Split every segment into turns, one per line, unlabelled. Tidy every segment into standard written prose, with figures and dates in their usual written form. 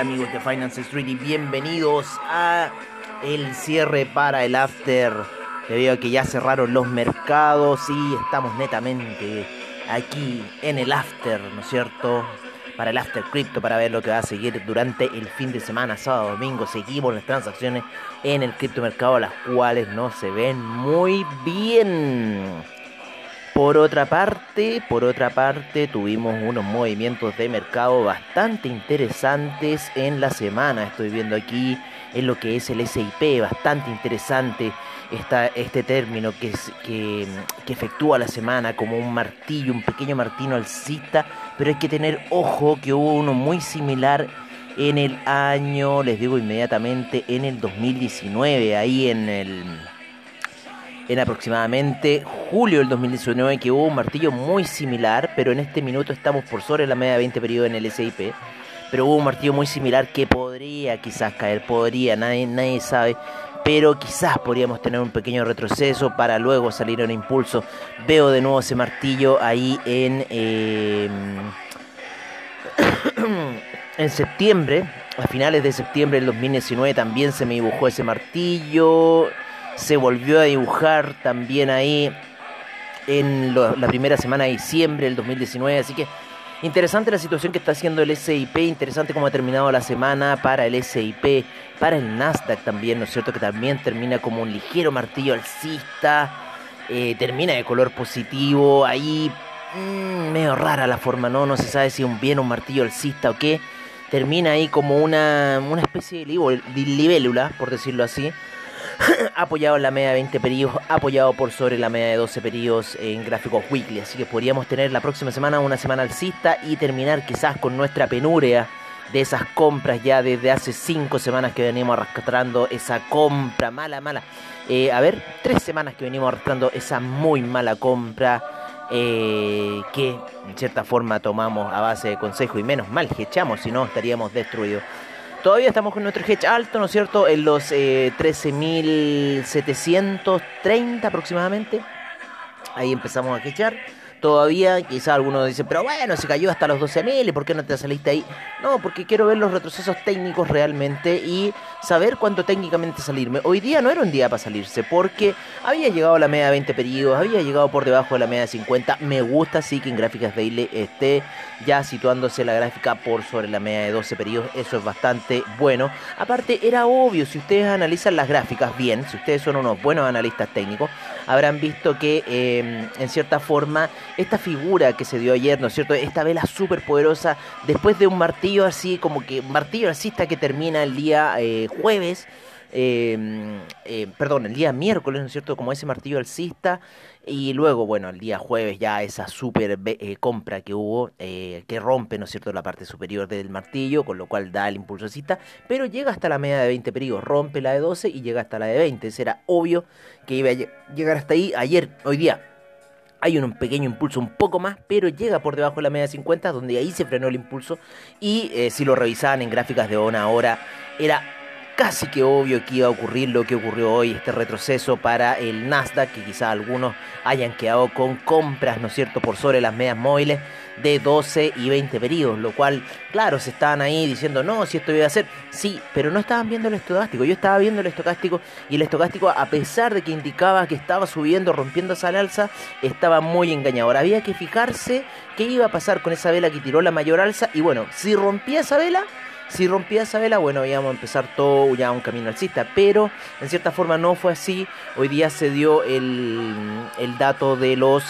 amigos de Finance Street y bienvenidos a el cierre para el after, debido a que ya cerraron los mercados y estamos netamente aquí en el after, ¿no es cierto? Para el after cripto, para ver lo que va a seguir durante el fin de semana, sábado, domingo. Seguimos las transacciones en el criptomercado, las cuales no se ven muy bien. Por otra parte, tuvimos unos movimientos de mercado bastante interesantes en la semana. Estoy viendo aquí en lo que es el SIP, bastante interesante este término que efectúa la semana como un martillo, un pequeño martillo alcista, pero hay que tener ojo que hubo uno muy similar en el año, les digo inmediatamente, en el 2019, ahí en aproximadamente julio del 2019, que hubo un martillo muy similar, pero en este minuto estamos por sobre la media de 20 periodos en el SIP. Pero hubo un martillo muy similar que podría quizás caer, nadie sabe, pero quizás podríamos tener un pequeño retroceso para luego salir a un impulso. Veo de nuevo ese martillo ahí en septiembre, a finales de septiembre del 2019 también se me dibujó ese martillo. Se volvió a dibujar también ahí en la primera semana de diciembre del 2019. Así que interesante la situación que está haciendo el SIP. Interesante cómo ha terminado la semana para el SIP. Para el Nasdaq también, ¿no es cierto? Que también termina como un ligero martillo alcista. Termina de color positivo. Ahí medio rara la forma, ¿no? No se sabe si bien un martillo alcista o qué. Termina ahí como una especie de libélula, por decirlo así. Apoyado en la media de 20 periodos, apoyado por sobre la media de 12 periodos en gráficos weekly. Así que podríamos tener la próxima semana una semana alcista y terminar quizás con nuestra penuria de esas compras ya desde hace 5 semanas que venimos arrastrando esa compra mala. 3 semanas que venimos arrastrando esa muy mala compra que en cierta forma tomamos a base de consejo y menos mal que echamos, si no estaríamos destruidos. Todavía estamos con nuestro hedge alto, ¿no es cierto? En los 13.730 aproximadamente. Ahí empezamos a hedgear. Todavía, quizá algunos dicen, pero bueno, se cayó hasta los 12.000, ¿y por qué no te saliste ahí? No, porque quiero ver los retrocesos técnicos realmente y saber cuánto técnicamente salirme. Hoy día no era un día para salirse, porque había llegado a la media de 20 periodos, había llegado por debajo de la media de 50. Me gusta sí que en gráficas daily esté ya situándose la gráfica por sobre la media de 12 periodos. Eso es bastante bueno. Aparte, era obvio, si ustedes analizan las gráficas bien, si ustedes son unos buenos analistas técnicos, habrán visto que en cierta forma esta figura que se dio ayer, ¿no es cierto? Esta vela súper poderosa después de un martillo así, como que martillo alcista que termina el día jueves, el día miércoles, ¿no es cierto? Como ese martillo alcista. Y luego, bueno, el día jueves ya esa super compra que hubo, que rompe, ¿no es cierto?, la parte superior del martillo, con lo cual da el impulso alcista, pero llega hasta la media de 20 periodos, rompe la de 12 y llega hasta la de 20. Era obvio que iba a llegar hasta ahí. Hoy día hay un pequeño impulso un poco más, pero llega por debajo de la media de 50, donde ahí se frenó el impulso. Y si lo revisaban en gráficas de una hora, era casi que obvio que iba a ocurrir lo que ocurrió hoy, este retroceso para el Nasdaq, que quizá algunos hayan quedado con compras, ¿no es cierto?, por sobre las medias móviles de 12 y 20 periodos, lo cual, claro, se estaban ahí diciendo, no, si esto iba a hacer, sí, pero no estaban viendo el estocástico. Yo estaba viendo el estocástico y el estocástico, a pesar de que indicaba que estaba subiendo, rompiendo esa alza, estaba muy engañador. Había que fijarse qué iba a pasar con esa vela que tiró la mayor alza y bueno, si rompía esa vela, bueno, íbamos a empezar todo ya un camino alcista, pero en cierta forma no fue así. Hoy día se dio el dato de los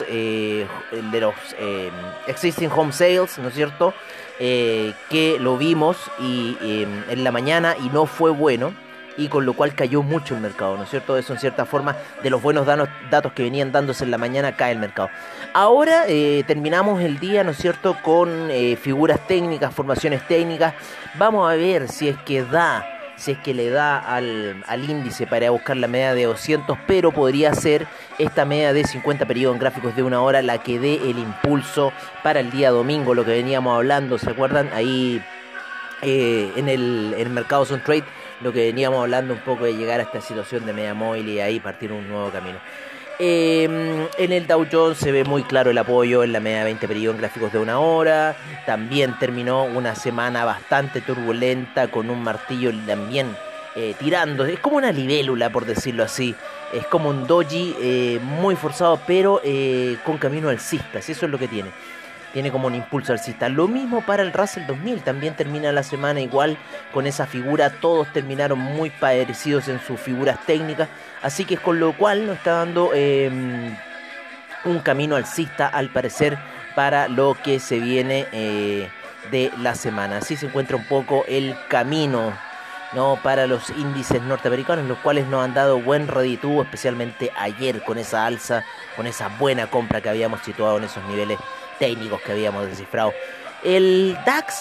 existing home sales, ¿no es cierto? Que lo vimos en la mañana y no fue bueno, y con lo cual cayó mucho el mercado, ¿no es cierto? Eso en cierta forma, de los buenos datos que venían dándose en la mañana, cae el mercado. Ahora terminamos el día, ¿no es cierto?, con figuras técnicas, formaciones técnicas. Vamos a ver si es que le da al índice para buscar la media de 200, pero podría ser esta media de 50 periodos en gráficos de una hora la que dé el impulso para el día domingo, lo que veníamos hablando, ¿se acuerdan? Ahí en el mercado Sun Trade, lo que veníamos hablando un poco de llegar a esta situación de media móvil y ahí partir un nuevo camino. En el Dow Jones se ve muy claro el apoyo en la media de 20 periodos en gráficos de una hora. También terminó una semana bastante turbulenta con un martillo también tirando. Es como una libélula, por decirlo así. Es como un doji muy forzado, pero con camino alcista. Eso es lo que tiene. Tiene como un impulso alcista. Lo mismo para el Russell 2000. También termina la semana igual con esa figura. Todos terminaron muy parecidos en sus figuras técnicas. Así que con lo cual nos está dando un camino alcista al parecer para lo que se viene de la semana. Así se encuentra un poco el camino, ¿no?, para los índices norteamericanos, los cuales nos han dado buen reditúo, especialmente ayer con esa alza, con esa buena compra que habíamos situado en esos niveles técnicos que habíamos descifrado. El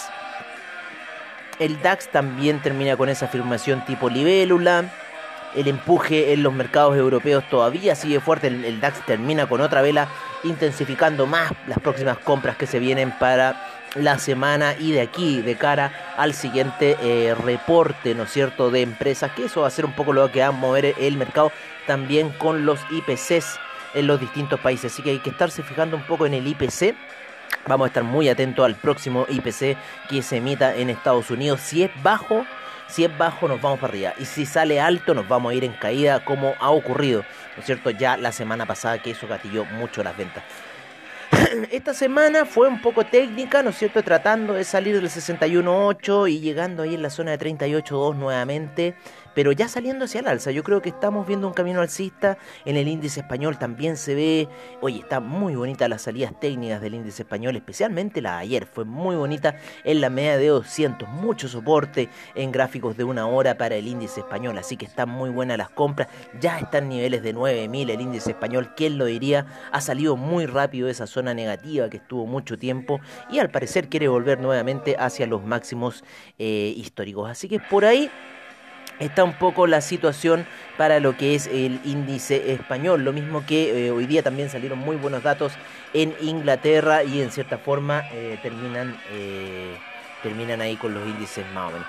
DAX también termina con esa afirmación tipo libélula. El empuje en los mercados europeos todavía sigue fuerte. El DAX termina con otra vela, intensificando más las próximas compras que se vienen para la semana y de aquí de cara al siguiente reporte, ¿no es cierto?, de empresas, que eso va a ser un poco lo que va a mover el mercado también con los IPCs en los distintos países. Así que hay que estarse fijando un poco en el IPC. Vamos a estar muy atentos al próximo IPC que se emita en Estados Unidos. Si es bajo nos vamos para arriba, y si sale alto nos vamos a ir en caída, como ha ocurrido, ¿no es cierto?, ya la semana pasada, que eso gatilló mucho las ventas. Esta semana fue un poco técnica, ¿no es cierto?, tratando de salir del 61.8 y llegando ahí en la zona de 38.2 nuevamente, pero ya saliendo hacia el alza. Yo creo que estamos viendo un camino alcista. En el índice español también se ve, oye, está muy bonita las salidas técnicas del índice español, especialmente la de ayer, fue muy bonita en la media de 200, mucho soporte en gráficos de una hora para el índice español, así que están muy buenas las compras. Ya están niveles de 9.000 el índice español, ¿quién lo diría? Ha salido muy rápido de esa zona negativa que estuvo mucho tiempo y al parecer quiere volver nuevamente hacia los máximos históricos, así que por ahí está un poco la situación para lo que es el índice español. Lo mismo que hoy día también salieron muy buenos datos en Inglaterra y en cierta forma terminan ahí con los índices más o menos.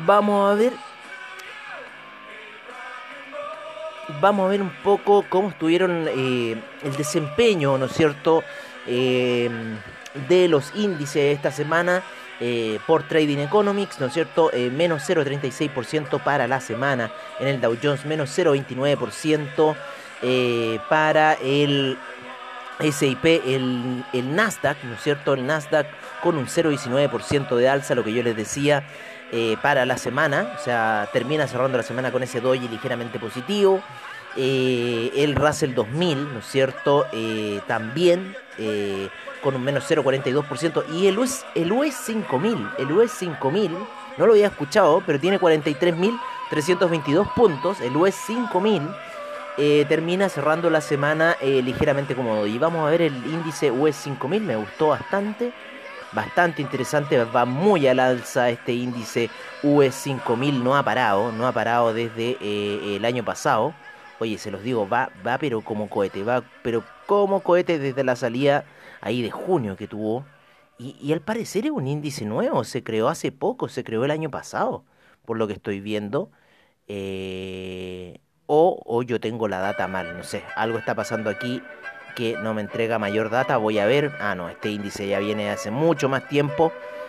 Vamos a ver un poco cómo estuvieron el desempeño, ¿no es cierto?, de los índices esta semana. Por Trading Economics, ¿no es cierto?, menos 0,36% para la semana. En el Dow Jones menos 0,29%, para el S&P, el Nasdaq, ¿no es cierto?, el Nasdaq con un 0,19% de alza, lo que yo les decía, para la semana. O sea, termina cerrando la semana con ese doji ligeramente positivo. El Russell 2000, ¿no es cierto?, también con un menos 0,42%. Y el US 5000, no lo había escuchado, pero tiene 43.322 puntos. El US 5000 termina cerrando la semana ligeramente cómodo. Y vamos a ver el índice US 5000, me gustó bastante interesante, va muy al alza este índice US 5000, no ha parado desde el año pasado. Oye, se los digo, va pero como cohete, desde la salida ahí de junio que tuvo. Y al parecer es un índice nuevo, se creó hace poco, se creó el año pasado, por lo que estoy viendo. O yo tengo la data mal, no sé, algo está pasando aquí que no me entrega mayor data. Voy a ver, no, este índice ya viene de hace mucho más tiempo.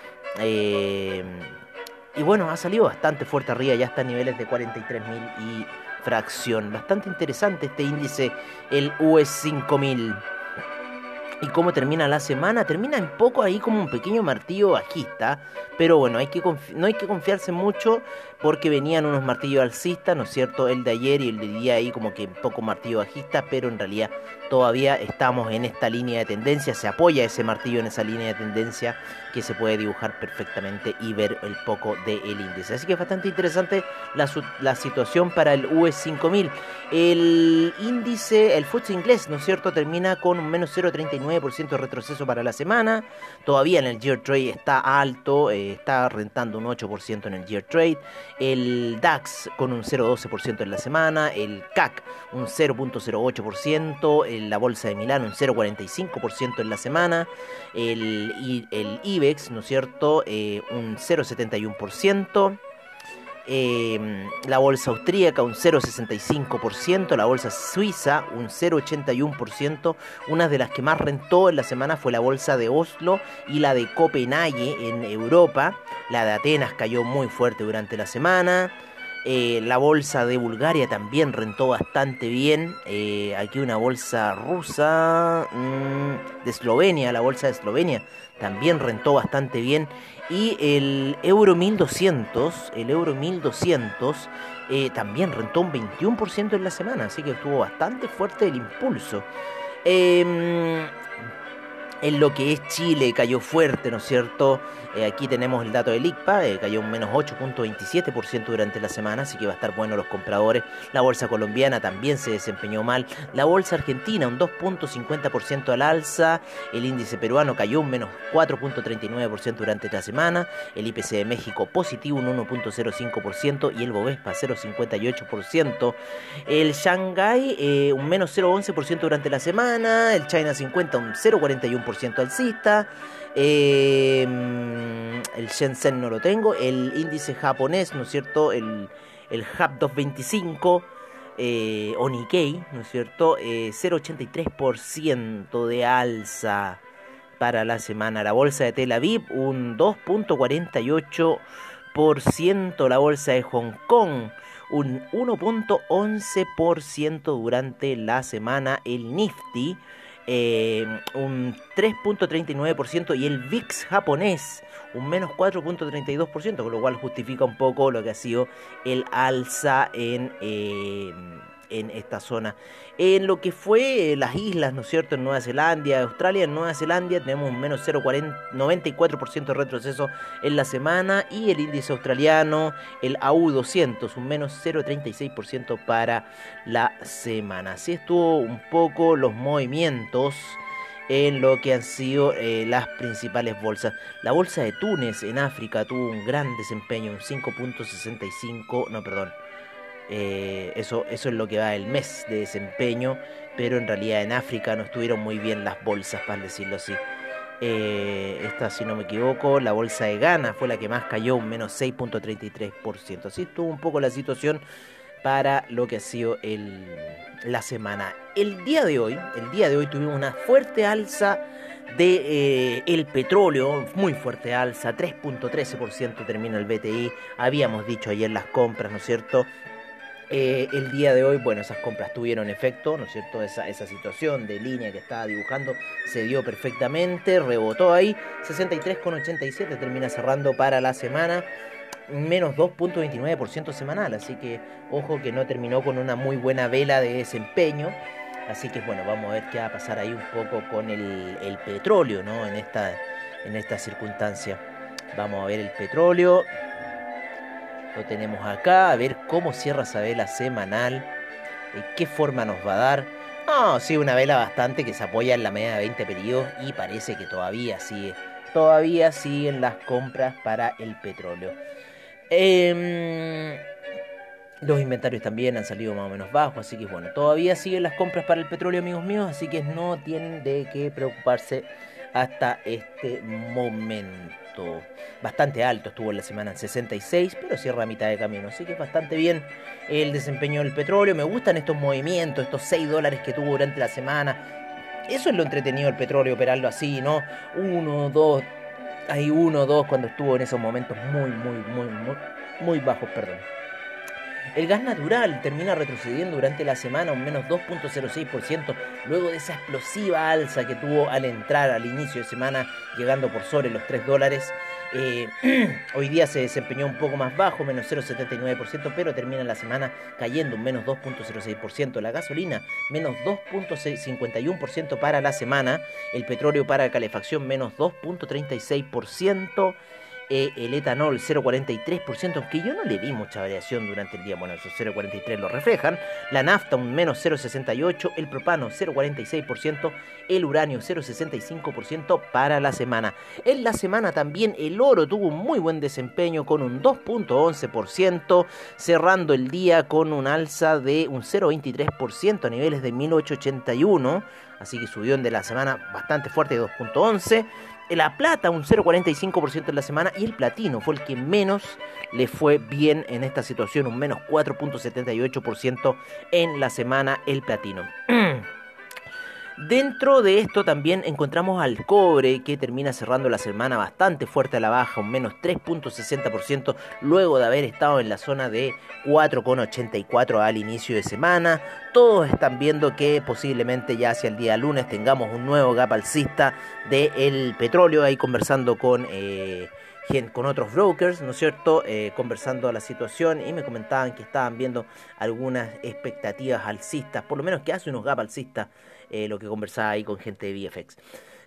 Y bueno, ha salido bastante fuerte arriba, ya está a niveles de 43.000 y fracción. Bastante interesante este índice, el US 5000. ¿Y cómo termina la semana? Termina un poco ahí como un pequeño martillo bajista, pero bueno, no hay que confiarse mucho porque venían unos martillos alcistas, ¿no es cierto?, el de ayer y el de día ahí como que un poco martillo bajista, pero en realidad todavía estamos en esta línea de tendencia, se apoya ese martillo en esa línea de tendencia que se puede dibujar perfectamente y ver el poco del índice. Así que es bastante interesante la situación para el US 5000. El índice, el FTSE inglés, ¿no es cierto?, termina con un menos 0,39% de retroceso para la semana. Todavía en el Year Trade está alto, está rentando un 8% en el Year Trade. El DAX con un 0,12% en la semana. El CAC un 0,08%. La Bolsa de Milán un 0,45% en la semana. El IBEX, ¿no es cierto?, un 0,71%. La bolsa austríaca un 0,65%, la bolsa suiza un 0,81%. Una de las que más rentó en la semana fue la bolsa de Oslo y la de Copenhague en Europa. La de Atenas cayó muy fuerte durante la semana. La bolsa de Bulgaria también rentó bastante bien. Aquí una bolsa rusa de Eslovenia, la bolsa de Eslovenia también rentó bastante bien. Y el Euro 1200, también rentó un 21% en la semana, así que estuvo bastante fuerte el impulso. Em, en lo que es Chile cayó fuerte, ¿no es cierto? Aquí tenemos el dato del ICPA, cayó un menos 8,27% durante la semana, así que va a estar bueno los compradores. La bolsa colombiana también se desempeñó mal. La bolsa argentina un 2,50% al alza. El índice peruano cayó un menos 4,39% durante la semana. El IPC de México positivo un 1,05% y el Bovespa 0,58%. El Shanghai un menos 0,11% durante la semana. El China 50 un 0,41% alcista. El Shenzhen no lo tengo. El índice japonés, ¿no es cierto? El HAP 225 o Nikkei, ¿no es cierto? 0,83% de alza para la semana. La bolsa de Tel Aviv un 2,48%. La bolsa de Hong Kong un 1,11% durante la semana. El Nifty un 3,39% y el VIX japonés un menos 4,32%, con lo cual justifica un poco lo que ha sido el alza en esta zona. En lo que fue las islas, ¿no es cierto? En Nueva Zelanda, Australia, en Nueva Zelanda tenemos un menos 0,94% de retroceso en la semana y el índice australiano, el AU200, un menos 0,36% para la semana. Así estuvo un poco los movimientos en lo que han sido las principales bolsas. La bolsa de Túnez en África tuvo un gran desempeño, un 5,65, no, perdón. Eso es lo que va el mes de desempeño, pero en realidad en África no estuvieron muy bien las bolsas, para decirlo así. Esta, si no me equivoco, la bolsa de Ghana fue la que más cayó, un menos 6,33%. Así estuvo un poco la situación para lo que ha sido la semana. El día de hoy tuvimos una fuerte alza de el petróleo, muy fuerte alza, 3,13% termina el BTI. Habíamos dicho ayer las compras, ¿no es cierto? El día de hoy, bueno, esas compras tuvieron efecto, ¿no es cierto? Esa situación de línea que estaba dibujando se dio perfectamente, rebotó ahí, 63,87 termina cerrando para la semana, menos 2,29% semanal, así que ojo que no terminó con una muy buena vela de desempeño. Así que bueno, vamos a ver qué va a pasar ahí un poco con el petróleo, ¿no? En esta circunstancia. Vamos a ver el petróleo. Lo tenemos acá, a ver cómo cierra esa vela semanal, qué forma nos va a dar. Sí, una vela bastante que se apoya en la media de 20 periodos y parece que todavía siguen las compras para el petróleo. Los inventarios también han salido más o menos bajos, así que bueno, todavía siguen las compras para el petróleo, amigos míos, así que no tienen de qué preocuparse hasta este momento. Bastante alto estuvo en la semana en 66, pero cierra a mitad de camino, así que es bastante bien el desempeño del petróleo. Me gustan estos movimientos, estos $6 que tuvo durante la semana. Eso es lo entretenido del petróleo, operarlo así, ¿no? 1, 2, hay 1, 2 cuando estuvo en esos momentos muy bajos, perdón. El gas natural termina retrocediendo durante la semana un menos 2,06%, luego de esa explosiva alza que tuvo al entrar al inicio de semana, llegando por sobre los $3. Hoy día se desempeñó un poco más bajo, menos 0,79%, pero termina la semana cayendo un menos 2,06%. La gasolina, menos 2,51% para la semana. El petróleo para calefacción, menos 2,36%. El etanol 0,43%, aunque yo no le vi mucha variación durante el día. Bueno, esos 0,43 lo reflejan. La nafta un menos 0,68%, el propano 0,46%, el uranio 0,65% para la semana. En la semana también el oro tuvo un muy buen desempeño con un 2,11%, cerrando el día con un alza de un 0,23% a niveles de 1881. Así que subió de la semana bastante fuerte, 2,11%. La plata un 0,45% en la semana y el platino fue el que menos le fue bien en esta situación, un menos 4,78% en la semana el platino. Dentro de esto también encontramos al cobre, que termina cerrando la semana bastante fuerte a la baja, un menos 3,60%, luego de haber estado en la zona de 4,84 al inicio de semana. Todos están viendo que posiblemente ya hacia el día lunes tengamos un nuevo gap alcista del petróleo, ahí conversando con otros brokers, ¿no es cierto? Conversando la situación, y me comentaban que estaban viendo algunas expectativas alcistas, por lo menos que hace unos gap alcistas, lo que conversaba ahí con gente de VFX.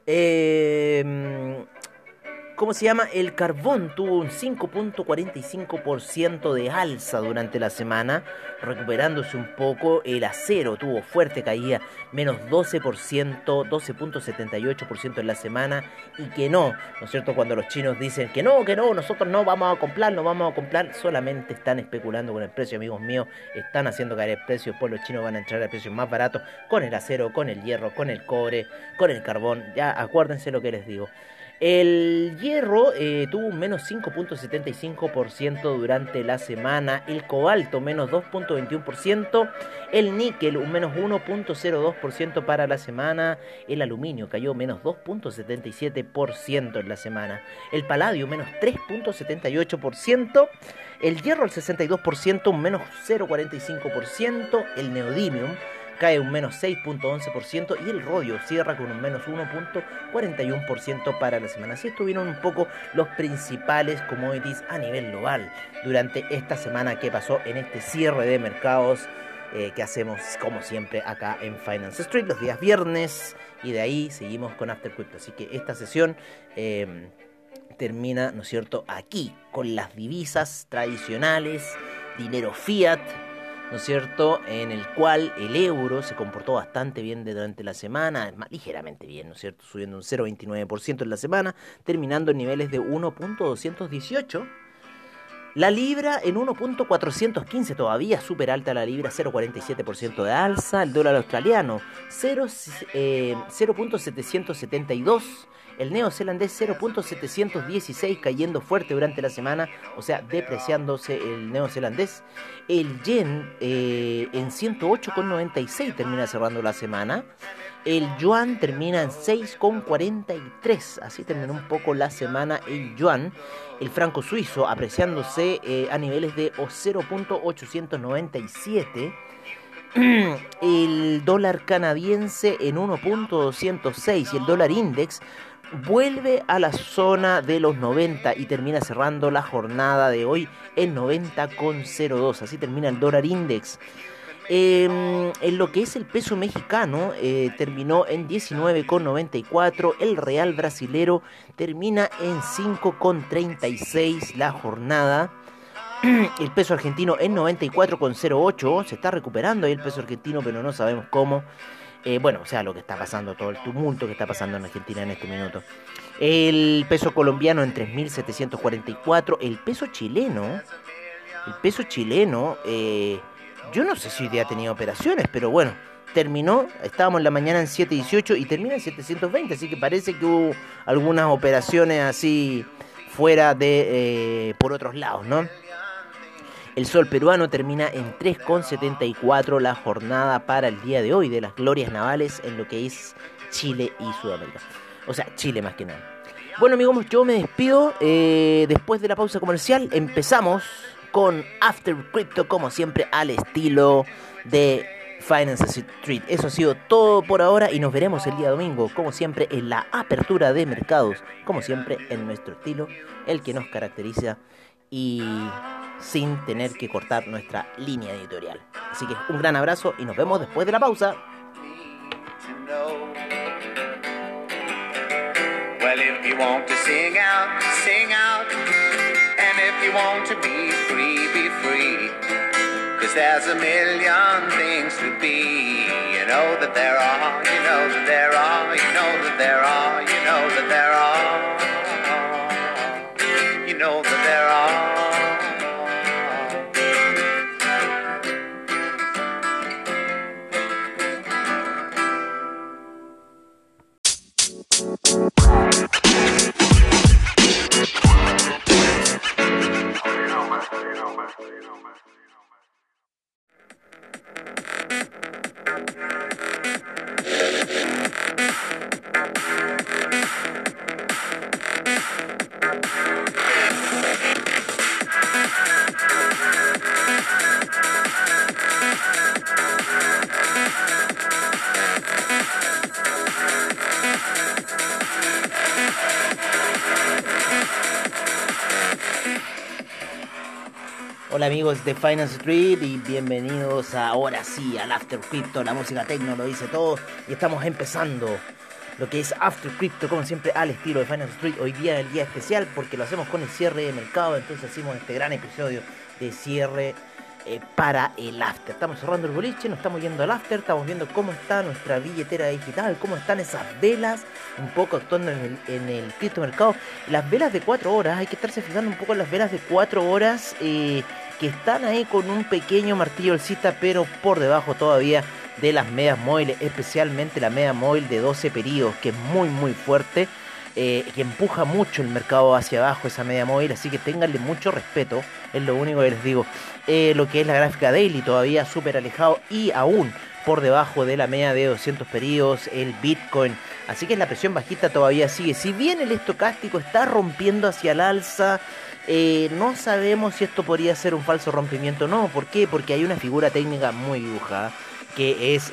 ¿Cómo se llama? El carbón tuvo un 5,45% de alza durante la semana, recuperándose un poco. El acero tuvo fuerte caída, menos 12%, 12,78% en la semana. Y que no es cierto? Cuando los chinos dicen que no, nosotros no vamos a comprar, solamente están especulando con el precio, amigos míos. Están haciendo caer el precio, después los chinos van a entrar a precios más baratos con el acero, con el hierro, con el cobre, con el carbón. Ya acuérdense lo que les digo. El hierro tuvo un menos 5,75% durante la semana, el cobalto menos 2,21%, el níquel un menos 1,02% para la semana, el aluminio cayó menos 2,77% en la semana, el paladio menos 3,78%, el hierro al 62% un menos 0,45%, el neodymium cae un menos 6,11% y el rodio cierra con un menos 1,41% para la semana. Así estuvieron un poco los principales commodities a nivel global durante esta semana que pasó en este cierre de mercados que hacemos como siempre acá en Finance Street los días viernes, y de ahí seguimos con After Crypto. Así que esta sesión termina, ¿no es cierto?, aquí con las divisas tradicionales, dinero fiat, ¿no es cierto?, en el cual el euro se comportó bastante bien durante la semana, ligeramente bien, ¿no es cierto?, subiendo un 0,29% en la semana, terminando en niveles de 1,218. La libra en 1,415, todavía súper alta la libra, 0,47% de alza. El dólar australiano 0,772. El neozelandés 0,716, cayendo fuerte durante la semana, o sea, depreciándose el neozelandés. El yen en 108,96 termina cerrando la semana. El yuan termina en 6,43, así terminó un poco la semana el yuan. El franco suizo apreciándose a niveles de 0,897. El dólar canadiense en 1,206 y el dólar index vuelve a la zona de los 90 y termina cerrando la jornada de hoy en 90,02. Así termina el dólar index. En lo que es el peso mexicano, terminó en 19,94. El real brasilero termina en 5,36 la jornada. El peso argentino en 94,08. Se está recuperando ahí el peso argentino, pero no sabemos cómo. Bueno, o sea, lo que está pasando, todo el tumulto que está pasando en Argentina en este minuto. El peso colombiano en 3.744. El peso chileno, yo no sé si hoy día ha tenido operaciones, pero bueno, terminó, estábamos en la mañana en 7.18 y termina en 720, así que parece que hubo algunas operaciones así fuera de, por otros lados, ¿no? El sol peruano termina en 3,74 la jornada para el día de hoy de las glorias navales en lo que es Chile y Sudamérica. O sea, Chile más que nada. Bueno, amigos, yo me despido. Después de la pausa comercial empezamos con After Crypto, como siempre, al estilo de Finance Street. Eso ha sido todo por ahora y nos veremos el día domingo, como siempre, en la apertura de mercados, como siempre, en nuestro estilo, el que nos caracteriza y sin tener que cortar nuestra línea editorial. Así que un gran abrazo y nos vemos después de la pausa. Well, if you want to sing out, sing out. And if you want to be free, be free. 'Cause there's a million things to be. You know that there are, you know that there are, you know that there are, you know that there are. You know that there are. Hola amigos de Finance Street y bienvenidos ahora sí al After Crypto, la música techno lo dice todo y estamos empezando lo que es After Crypto como siempre al estilo de Finance Street. Hoy día es el día especial porque lo hacemos con el cierre de mercado, entonces hacemos este gran episodio de cierre para el After. Estamos cerrando el boliche, nos estamos yendo al After, estamos viendo cómo está nuestra billetera digital, cómo están esas velas, un poco actuando en el cripto mercado. Las velas de 4 horas, hay que estarse fijando un poco en las velas de 4 horas que están ahí con un pequeño martillo alcista, pero por debajo todavía de las medias móviles, especialmente la media móvil de 12 periodos, que es muy fuerte, que empuja mucho el mercado hacia abajo, esa media móvil, así que ténganle mucho respeto, es lo único que les digo. Lo que es la gráfica daily todavía súper alejado y aún por debajo de la media de 200 periodos, el Bitcoin, así que la presión bajista todavía sigue. Si bien el estocástico está rompiendo hacia el alza, no sabemos si esto podría ser un falso rompimiento o no. ¿Por qué? Porque hay una figura técnica muy dibujada, que es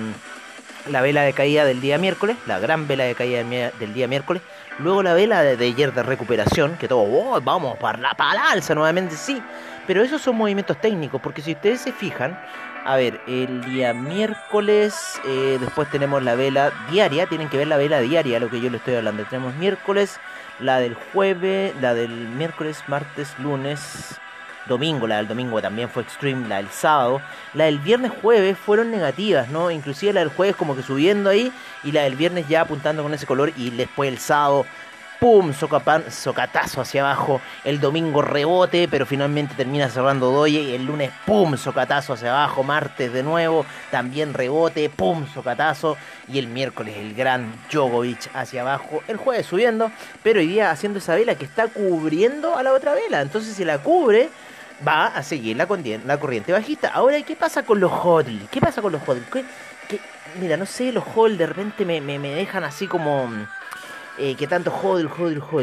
la vela de caída del día miércoles, la gran vela de caída del día miércoles, luego la vela de ayer de recuperación, que todo, oh, vamos para la alza nuevamente, sí, pero esos son movimientos técnicos, porque si ustedes se fijan, a ver, el día miércoles, después tenemos la vela diaria, tienen que ver la vela diaria, lo que yo les estoy hablando, tenemos miércoles, la del jueves, la del miércoles, martes, lunes, domingo, la del domingo también fue extreme, la del sábado, la del viernes jueves fueron negativas, ¿no? Inclusive la del jueves como que subiendo ahí y la del viernes ya apuntando con ese color y después el sábado, ¡pum! Socatazo hacia abajo, el domingo rebote, pero finalmente termina cerrando doye y el lunes, ¡pum! Socatazo hacia abajo, martes de nuevo, también rebote, ¡pum! Socatazo y el miércoles el gran Djokovic hacia abajo, el jueves subiendo, pero hoy día haciendo esa vela que está cubriendo a la otra vela, entonces si la cubre va a seguir la corriente bajista. Ahora, ¿qué pasa con los hodl? ¿Qué pasa con los hodl? Mira, no sé, los hodl de repente me dejan así como... que tanto hold,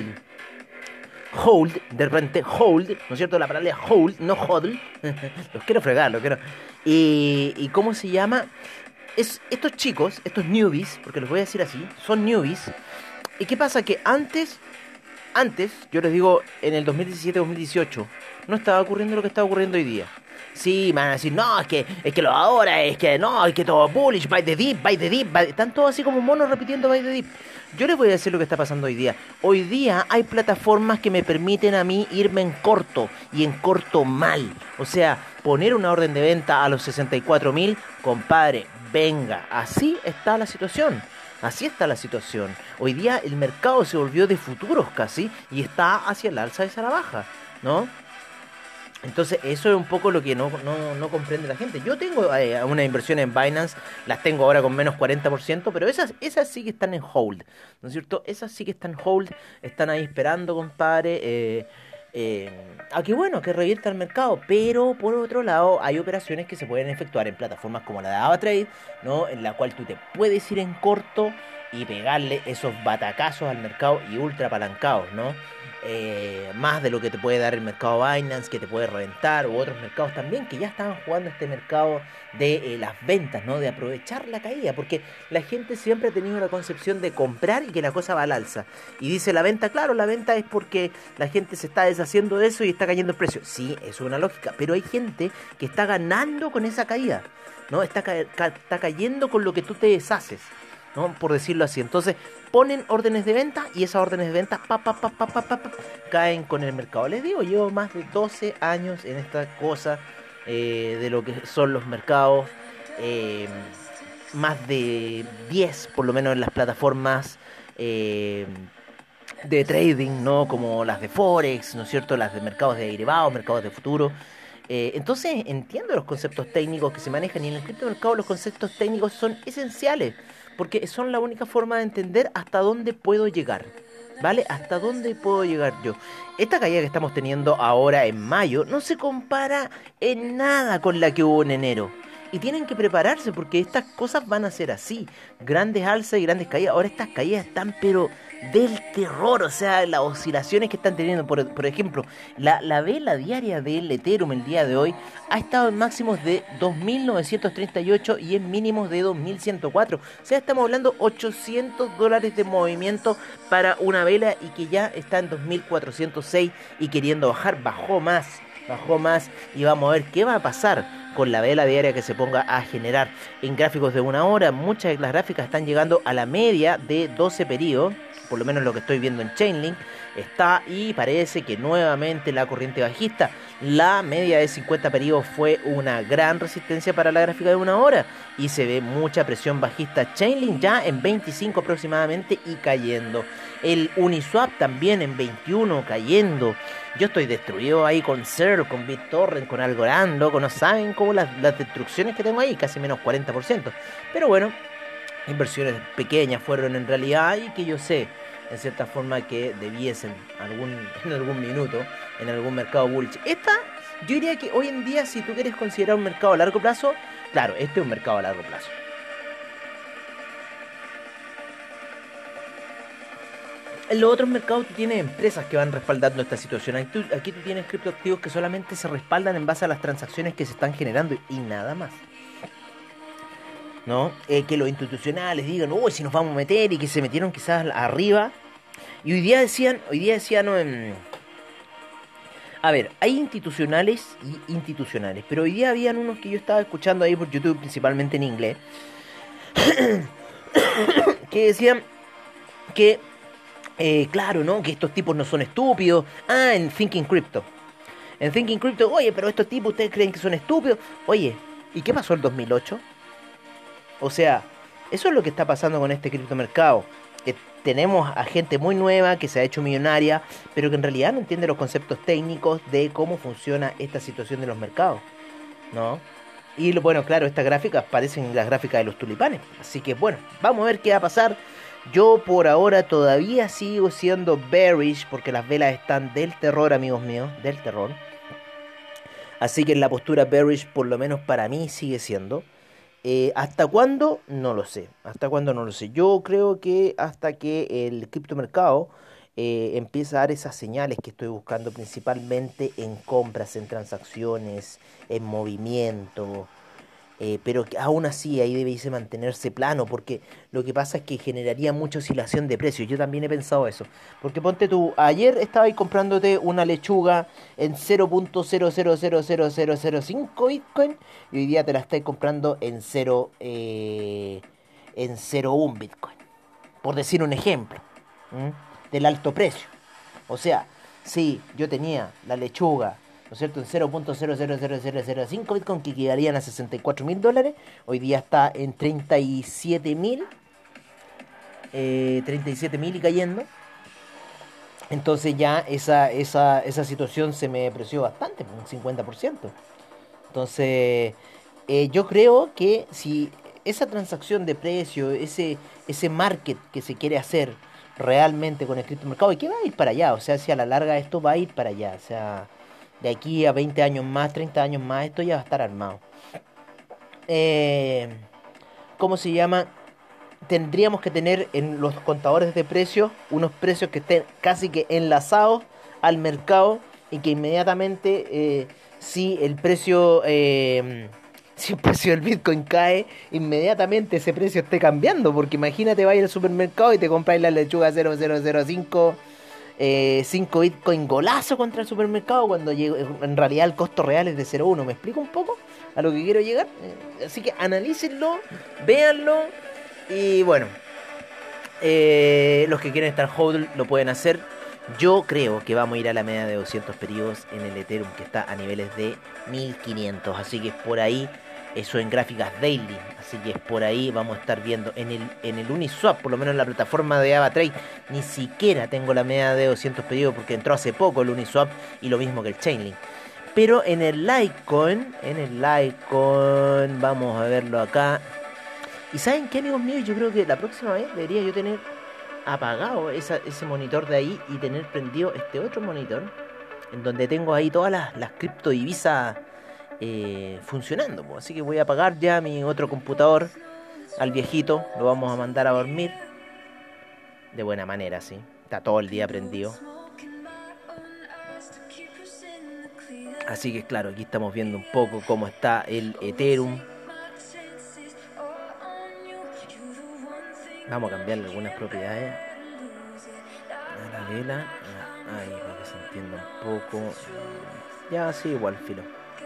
de repente hold, ¿no es cierto? La palabra hold, no hodl. Los quiero fregar, los quiero... ¿Y cómo se llama? Estos chicos, estos newbies, porque los voy a decir así, son newbies. ¿Y qué pasa? Que antes, yo les digo, en el 2017-2018, no estaba ocurriendo lo que está ocurriendo hoy día. Sí, me van a decir, no, es que lo ahora, es que no, es que todo bullish, buy the dip, están todos así como monos repitiendo buy the dip. Yo les voy a decir lo que está pasando hoy día. Hoy día hay plataformas que me permiten a mí irme en corto, y en corto mal. O sea, poner una orden de venta a los 64.000, compadre, venga, así está la situación. Así está la situación. Hoy día el mercado se volvió de futuros casi y está hacia el alza y hacia la baja, ¿no? Entonces eso es un poco lo que no comprende la gente. Yo tengo una inversión en Binance, las tengo ahora con menos 40%, pero esas sí que están en hold, ¿no es cierto? Esas sí que están en hold, están ahí esperando, compadre, a que bueno, que revierta el mercado. Pero por otro lado hay operaciones que se pueden efectuar en plataformas como la de AvaTrade, ¿no? En la cual tú te puedes ir en corto y pegarle esos batacazos al mercado y ultra apalancados, ¿no? Más de lo que te puede dar el mercado Binance, que te puede reventar, u otros mercados también que ya estaban jugando este mercado de las ventas, ¿no? De aprovechar la caída, porque la gente siempre ha tenido la concepción de comprar y que la cosa va al alza. Y dice la venta, claro, la venta es porque la gente se está deshaciendo de eso y está cayendo el precio. Sí, eso es una lógica, pero hay gente que está ganando con esa caída, ¿no? Está cayendo con lo que tú te deshaces, ¿no? Por decirlo así. Entonces ponen órdenes de venta y esas órdenes de venta caen con el mercado. Les digo, llevo más de 12 años en esta cosa de lo que son los mercados, más de 10 por lo menos en las plataformas de trading, ¿no? Como las de Forex, ¿no es cierto? Las de mercados de derivados, mercados de futuro. Entonces entiendo los conceptos técnicos que se manejan y en el criptomercado los conceptos técnicos son esenciales porque son la única forma de entender hasta dónde puedo llegar, ¿vale? Hasta dónde puedo llegar yo. Esta caída que estamos teniendo ahora en mayo no se compara en nada con la que hubo en enero. Y tienen que prepararse porque estas cosas van a ser así. Grandes alzas y grandes caídas. Ahora estas caídas están pero del terror. O sea, las oscilaciones que están teniendo. Por ejemplo, la vela diaria del Ethereum el día de hoy ha estado en máximos de 2.938 y en mínimos de 2.104. O sea, estamos hablando $800 de movimiento para una vela y que ya está en 2.406 y queriendo bajar. Bajó más. bajó más y vamos a ver qué va a pasar con la vela diaria que se ponga a generar en gráficos de una hora. Muchas de las gráficas están llegando a la media de 12 periodos, por lo menos lo que estoy viendo en Chainlink está, y parece que nuevamente la corriente bajista, la media de 50 periodos fue una gran resistencia para la gráfica de una hora y se ve mucha presión bajista. Chainlink ya en 25 aproximadamente y cayendo. El Uniswap también en 21 cayendo. Yo estoy destruido ahí con Cer, con BitTorrent, con Algorand, loco. No saben cómo las destrucciones que tengo ahí, casi menos 40%. Pero bueno, inversiones pequeñas fueron en realidad y que yo sé, en cierta forma, que debiesen en algún minuto, en algún mercado bullish. Esta, yo diría que hoy en día, si tú quieres considerar un mercado a largo plazo, claro, este es un mercado a largo plazo. En los otros mercados tú tienes empresas que van respaldando esta situación. Aquí tú tienes criptoactivos que solamente se respaldan en base a las transacciones que se están generando y nada más. ¿No? Que los institucionales digan, uy, si nos vamos a meter y que se metieron quizás arriba. Y hoy día decían, no, a ver, hay institucionales y institucionales, pero hoy día habían unos que yo estaba escuchando ahí por YouTube, principalmente en inglés, que decían que, claro, ¿no? Que estos tipos no son estúpidos. Ah, en Thinking Crypto. En Thinking Crypto, oye, pero estos tipos ustedes creen que son estúpidos. Oye, ¿y qué pasó el 2008? O sea, eso es lo que está pasando con este criptomercado. Tenemos a gente muy nueva que se ha hecho millonaria, pero que en realidad no entiende los conceptos técnicos de cómo funciona esta situación de los mercados, ¿no? Y bueno, claro, estas gráficas parecen las gráficas de los tulipanes. Así que bueno, vamos a ver qué va a pasar. Yo por ahora todavía sigo siendo bearish porque las velas están del terror, amigos míos, del terror. Así que la postura bearish, por lo menos para mí, sigue siendo. ¿Hasta cuándo? No lo sé. ¿Hasta cuándo? No lo sé. Yo creo que hasta que el criptomercado empiece a dar esas señales que estoy buscando principalmente en compras, en transacciones, en movimiento. Pero que aún así ahí debiese mantenerse plano porque lo que pasa es que generaría mucha oscilación de precios. Yo también he pensado eso. Porque ponte tú, ayer estaba ahí comprándote una lechuga en 0.000005 Bitcoin y hoy día te la estáis comprando en 0.1 Bitcoin. Por decir un ejemplo, ¿m? Del alto precio. O sea, si yo tenía la lechuga, ¿no es cierto?, en 0.000005 Bitcoin, que equivalían a $64.000, hoy día está en 37.000, 37.000 y cayendo. Entonces ya esa situación se me depreció bastante, un 50%. Entonces, yo creo que si esa transacción de precio, ese market que se quiere hacer realmente con el criptomercado, y que va a ir para allá, o sea, si a la larga esto va a ir para allá, o sea, de aquí a 20 años más, 30 años más, esto ya va a estar armado. Eh, ¿Cómo se llama? Tendríamos que tener en los contadores de precios unos precios que estén casi que enlazados al mercado y que inmediatamente si el precio si el precio del Bitcoin cae, inmediatamente ese precio esté cambiando, porque imagínate, vais al supermercado y te compráis la lechuga 0.005 5 Bitcoin golazo contra el supermercado cuando en realidad el costo real es de 0.1. ¿Me explico un poco a lo que quiero llegar? Así que analícenlo, véanlo y bueno, los que quieren estar hold lo pueden hacer. Yo creo que vamos a ir a la media de 200 periodos en el Ethereum que está a niveles de 1500. Así que es por ahí, eso en gráficas daily. Así que es por ahí, vamos a estar viendo en el Uniswap, por lo menos en la plataforma de AvaTrade. Ni siquiera tengo la media de 200 periodos porque entró hace poco el Uniswap y lo mismo que el Chainlink. Pero en el Litecoin, vamos a verlo acá. ¿Y saben qué, amigos míos? Yo creo que la próxima vez debería yo tener apagado ese monitor de ahí y tener prendido este otro monitor en donde tengo ahí todas las criptodivisas funcionando, po. Así que voy a apagar ya mi otro computador al viejito, lo vamos a mandar a dormir de buena manera, sí. Está todo el día prendido. Así que claro, aquí estamos viendo un poco cómo está el Ethereum. Vamos a cambiarle algunas propiedades a la vela. Ahí, para que se entienda un poco. Ya, sí, igual, filo.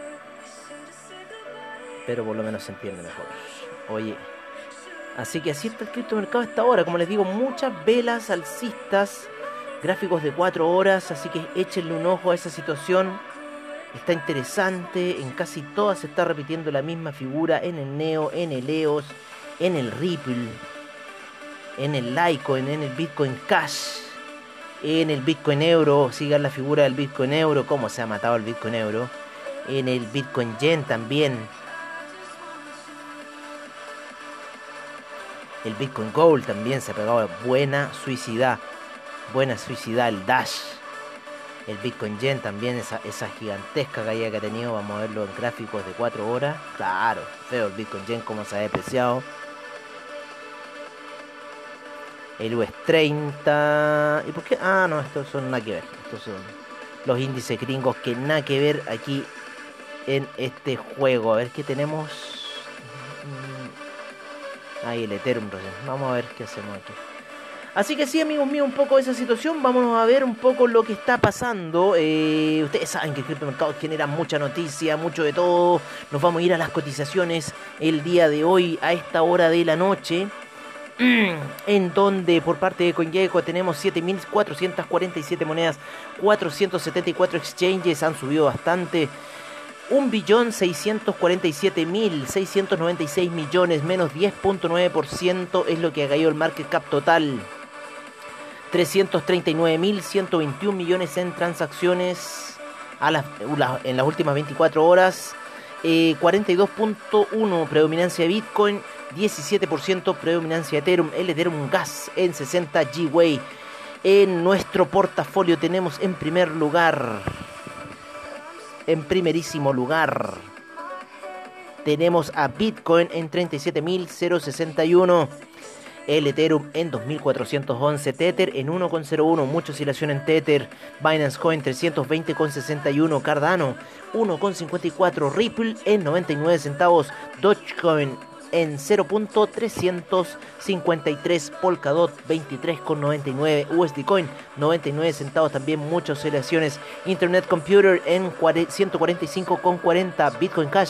Pero por lo menos se entiende mejor. Oye, así que así está el criptomercado hasta ahora. Como les digo, muchas velas alcistas, gráficos de 4 horas, así que échenle un ojo a esa situación. Está interesante, en casi todas se está repitiendo la misma figura, en el Neo, en el EOS, en el Ripple, en el Litecoin, en el Bitcoin Cash, en el Bitcoin Euro. Sigan la figura del Bitcoin Euro, cómo se ha matado el Bitcoin Euro, en el Bitcoin Yen también, el Bitcoin Gold también se ha pegado buena suicidad, el Dash. El Bitcoin Yen también, esa gigantesca caída que ha tenido. Vamos a verlo en gráficos de 4 horas. Claro, feo el Bitcoin Yen como se ha depreciado. El US 30. ¿Y por qué? Ah, no, estos son nada que ver. Estos son los índices gringos que nada que ver aquí en este juego. A ver qué tenemos. Ahí el Ethereum recién. Vamos a ver qué hacemos aquí. Así que sí, amigos míos, un poco esa situación. Vámonos a ver un poco lo que está pasando. Ustedes saben que el criptomercado genera mucha noticia, mucho de todo. Nos vamos a ir a las cotizaciones el día de hoy a esta hora de la noche. En donde por parte de CoinGecko tenemos 7.447 monedas, 474 exchanges, han subido bastante. 1.647.696 millones, menos 10.9% es lo que ha caído el market cap total. 339.121 millones en transacciones en las últimas 24 horas. 42.1% predominancia de Bitcoin, 17% predominancia de Ethereum. El Ethereum Gas en 60 Gwei. En nuestro portafolio tenemos en primerísimo lugar, tenemos a Bitcoin en 37.061. El Ethereum en 2.411, Tether en 1.01, mucha oscilación en Tether. Binance Coin 320.61, Cardano 1.54, Ripple en 99 centavos, Dogecoin en 0.353, Polkadot 23.99, USD Coin 99 centavos, también muchas oscilaciones. Internet Computer en 145.40, Bitcoin Cash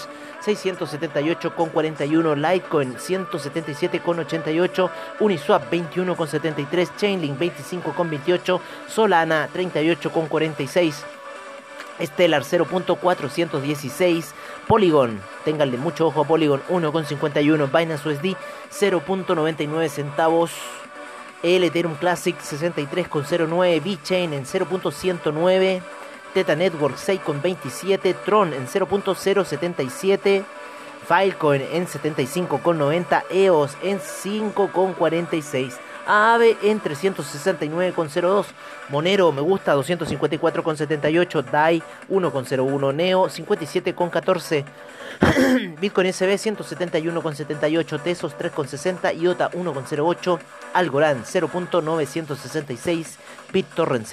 678.41, Litecoin 177.88, Uniswap 21.73, Chainlink 25.28, Solana 38.46, Stellar 0.416, Polygon, ténganle mucho ojo a Polygon 1.51, Binance USD 0.99 centavos, el Ethereum Classic 63.09, VeChain en 0.109, Theta Network 6.27, Tron en 0.077, Filecoin en 75.90, EOS en 5.46, Aave en 369.02, Monero me gusta 254.78, DAI 1.01, Neo 57.14, Bitcoin SB 171.78, Tesos 3.60, IOTA 1.08, Algorand 0.966, BitTorrent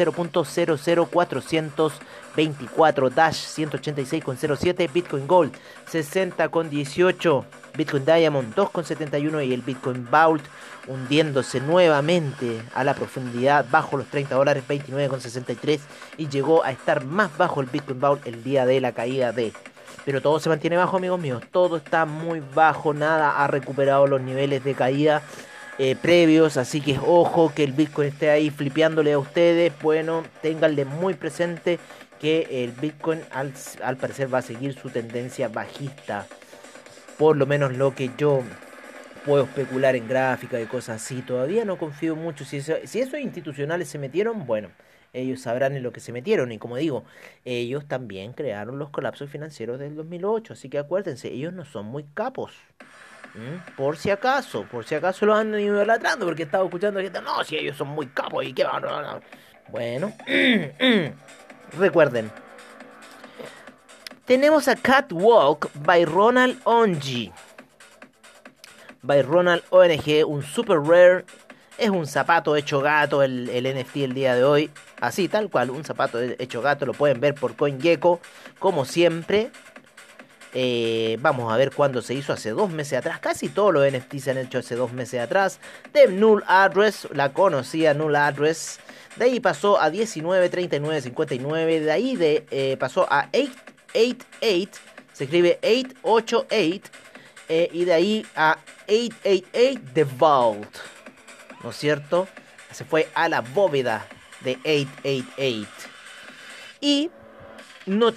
0.00424, Dash 186.07, Bitcoin Gold 60.18, Bitcoin Diamond 2.71 y el Bitcoin Vault hundiéndose nuevamente a la profundidad bajo los $30, 29.63, y llegó a estar más bajo el Bitcoin Vault el día de la caída de... Pero todo se mantiene bajo, amigos míos, todo está muy bajo, nada ha recuperado los niveles de caída previos, así que ojo que el Bitcoin esté ahí flipeándole a ustedes. Bueno, ténganle muy presente que el Bitcoin al parecer va a seguir su tendencia bajista, por lo menos lo que yo puedo especular en gráfica y cosas así. Todavía no confío mucho. Si esos institucionales se metieron, bueno, ellos sabrán en lo que se metieron. Y como digo, ellos también crearon los colapsos financieros del 2008. Así que acuérdense, ellos no son muy capos. Por si acaso lo han ido idolatrando, porque estaba escuchando gente, no, si ellos son muy capos y qué van. No. Bueno, recuerden, tenemos a Catwalk by Ronald Ongi. By Ronald ONG, un super rare. Es un zapato hecho gato el NFT el día de hoy. Así, tal cual, un zapato hecho gato. Lo pueden ver por CoinGecko, como siempre. Vamos a ver cuándo se hizo, hace 2 meses atrás. Casi todos los NFT se han hecho hace 2 meses atrás. De Null Address, la conocía Null Address. De ahí pasó a 193959. De ahí pasó a 888. Se escribe 888. Y de ahí a 888 The Vault. ¿No es cierto? Se fue a la bóveda de 888. Y no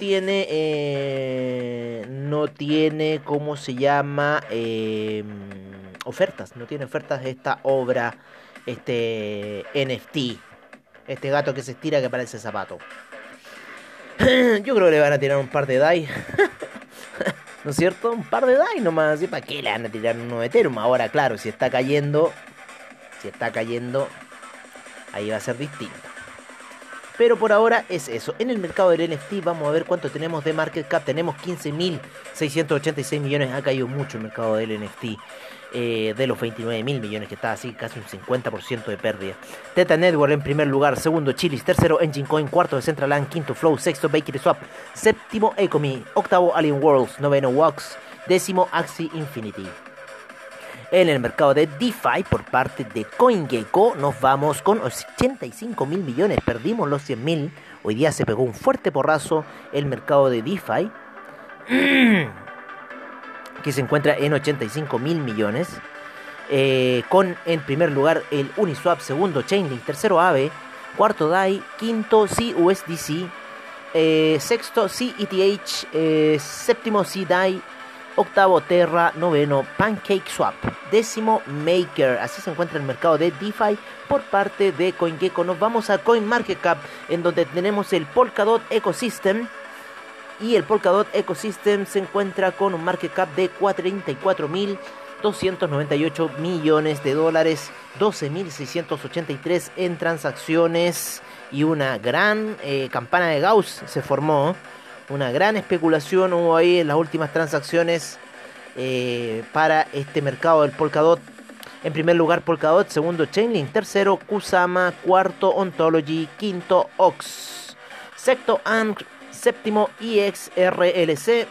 tiene, ¿cómo se llama? Ofertas. No tiene ofertas esta obra, este NFT. Este gato que se estira que parece zapato. Yo creo que le van a tirar un par de DAI. ¿No es cierto? Un par de DAI nomás. ¿Sí? ¿Para qué le van a tirar uno de Ethereum? Ahora, claro, si está cayendo, ahí va a ser distinto. Pero por ahora es eso. En el mercado del NFT vamos a ver cuánto tenemos de market cap. Tenemos 15.686 millones. Ha caído mucho el mercado del NFT. De los 29.000 millones que está así, casi un 50% de pérdida. Teta Network en primer lugar, segundo Chiliz, tercero Engine Coin, cuarto Decentraland, quinto Flow, sexto Bakery Swap, séptimo Ecomi, octavo Alien Worlds, noveno Wax, décimo Axie Infinity. En el mercado de DeFi, por parte de CoinGecko, nos vamos con 85.000 millones. Perdimos los 100.000. Hoy día se pegó un fuerte porrazo el mercado de DeFi, que se encuentra en 85.000 millones. Con en primer lugar el Uniswap, segundo Chainlink, tercero Aave, cuarto DAI, quinto CUSDC, sexto CETH, séptimo CDAI, octavo Terra, noveno PancakeSwap, décimo Maker. Así se encuentra el mercado de DeFi por parte de CoinGecko. Nos vamos a CoinMarketCap, en donde tenemos el Polkadot Ecosystem. Y el Polkadot Ecosystem se encuentra con un market cap de 34.298 millones de dólares, 12.683 en transacciones, y una gran campana de Gauss se formó. Una gran especulación hubo ahí en las últimas transacciones para este mercado del Polkadot. En primer lugar Polkadot, segundo Chainlink, tercero Kusama, cuarto Ontology, quinto Ox, sexto Ankh, séptimo IXRLC,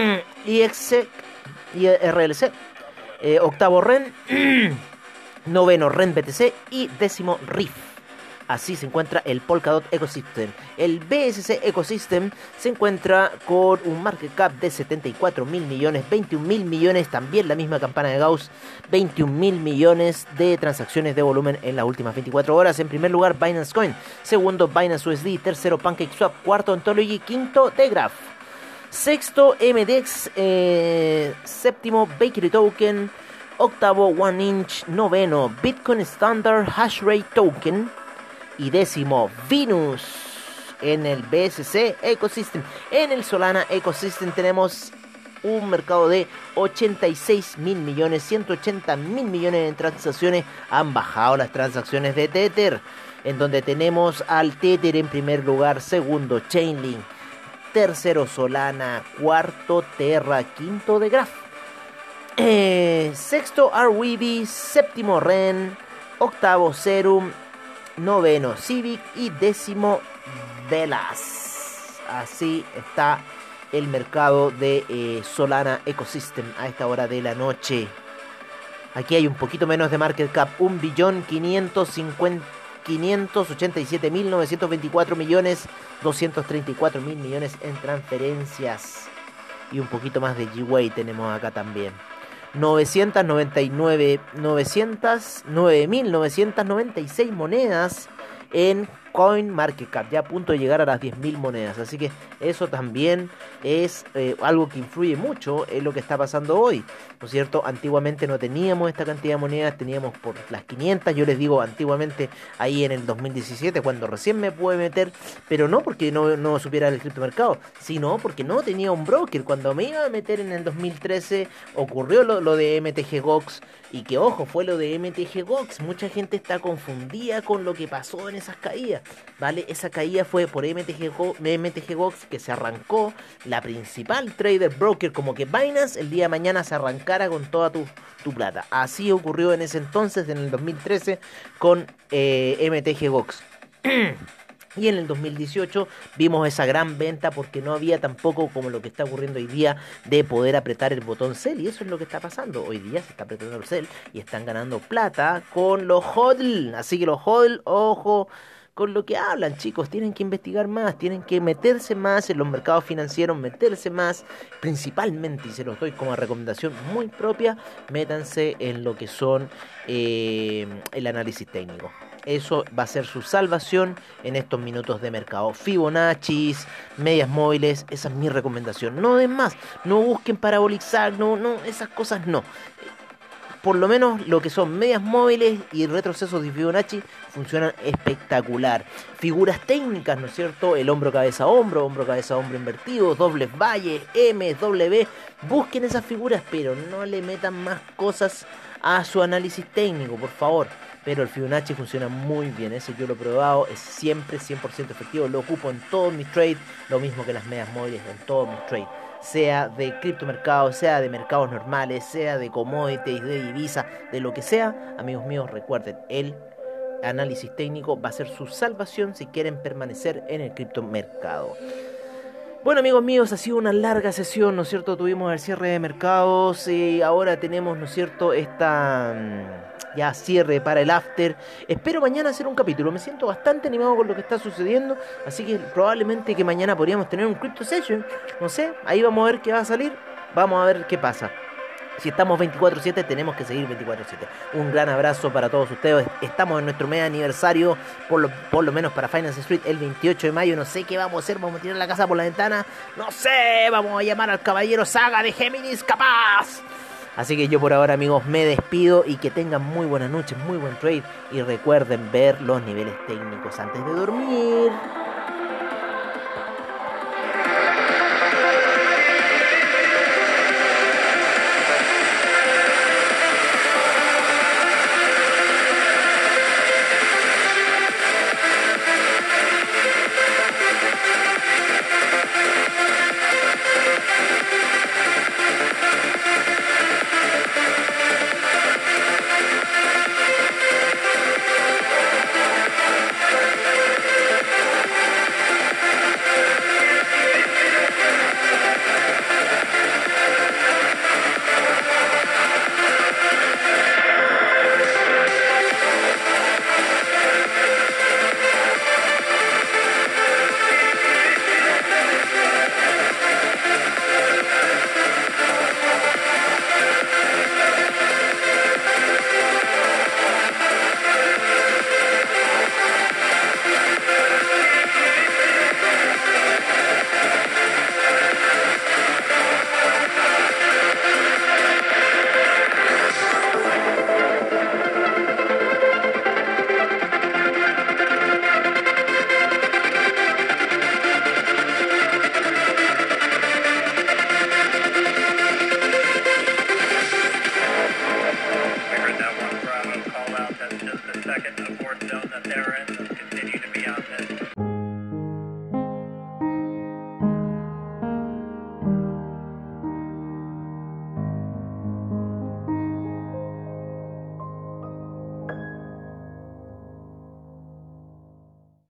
octavo REN, noveno REN BTC y décimo RIF. Así se encuentra el Polkadot Ecosystem. El BSC Ecosystem se encuentra con un market cap de 74.000 millones, 21.000 millones, también la misma campana de Gauss, 21.000 millones de transacciones de volumen en las últimas 24 horas. En primer lugar Binance Coin, segundo Binance USD, tercero PancakeSwap, cuarto Ontology, quinto Degraph, sexto MDEX, séptimo Bakery Token, octavo OneInch, noveno Bitcoin Standard Hashrate Token y décimo Venus. En el BSC Ecosystem. En el Solana Ecosystem tenemos un mercado de 86.000 millones, 180.000 millones en transacciones. Han bajado las transacciones de Tether, en donde tenemos al Tether en primer lugar, segundo Chainlink, tercero Solana, cuarto Terra, quinto Degraph, sexto Arweeby, séptimo Ren, octavo Serum, noveno Civic y décimo Velas. Así está el mercado de Solana Ecosystem a esta hora de la noche. Aquí hay un poquito menos de market cap, 1.587.924 millones, 234.000 millones en transferencias. Y un poquito más de Gwei tenemos acá también. 909.996 monedas en CoinMarketCap, ya a punto de llegar a las 10.000 monedas. Así que eso también es algo que influye mucho en lo que está pasando hoy, ¿no es cierto? Antiguamente no teníamos esta cantidad de monedas, teníamos por las 500, yo les digo antiguamente, ahí en el 2017, cuando recién me pude meter, pero no porque no supiera el criptomercado, sino porque no tenía un broker. Cuando me iba a meter en el 2013, ocurrió lo de MTG Gox, y que ojo, fue lo de MTG Gox. Mucha gente está confundida con lo que pasó en esas caídas, ¿vale? Esa caída fue por MTG Gox, que se arrancó la principal trader broker, como que Binance el día de mañana se arrancara con toda tu plata. Así ocurrió en ese entonces, en el 2013, con MTG Gox. Y en el 2018 vimos esa gran venta porque no había tampoco como lo que está ocurriendo hoy día de poder apretar el botón sell. Y eso es lo que está pasando. Hoy día se está apretando el sell y están ganando plata con los hodl. Así que los hodl, ojo con lo que hablan, chicos. Tienen que investigar más, tienen que meterse más en los mercados financieros, meterse más. Principalmente, y se los doy como recomendación muy propia, métanse en lo que son el análisis técnico. Eso va a ser su salvación en estos minutos de mercado. Fibonacci, medias móviles, esa es mi recomendación. No den más, no busquen parabolizar, no, esas cosas no. Por lo menos lo que son medias móviles y retrocesos de Fibonacci funcionan espectacular. Figuras técnicas, ¿no es cierto? El hombro cabeza hombro invertido, dobles valles, M, W. Busquen esas figuras, pero no le metan más cosas a su análisis técnico, por favor. Pero el Fibonacci funciona muy bien, ese yo lo he probado, es siempre 100% efectivo, lo ocupo en todos mis trades, lo mismo que las medias móviles en todos mis trades, sea de criptomercados, sea de mercados normales, sea de commodities, de divisas, de lo que sea. Amigos míos, recuerden, el análisis técnico va a ser su salvación si quieren permanecer en el criptomercado. Bueno, amigos míos, ha sido una larga sesión, ¿no es cierto? Tuvimos el cierre de mercados y ahora tenemos, ¿no es cierto?, esta ya cierre para el after. Espero mañana hacer un capítulo, me siento bastante animado con lo que está sucediendo, así que probablemente que mañana podríamos tener un Crypto Session, no sé, ahí vamos a ver qué va a salir, vamos a ver qué pasa. Si estamos 24/7, tenemos que seguir 24/7. Un gran abrazo para todos ustedes. Estamos en nuestro medio aniversario, por lo menos para Finance Street, el 28 de mayo. No sé qué vamos a hacer, vamos a tirar la casa por la ventana. No sé, vamos a llamar al caballero Saga de Géminis, capaz. Así que yo por ahora, amigos, me despido y que tengan muy buenas noches, muy buen trade. Y recuerden ver los niveles técnicos antes de dormir.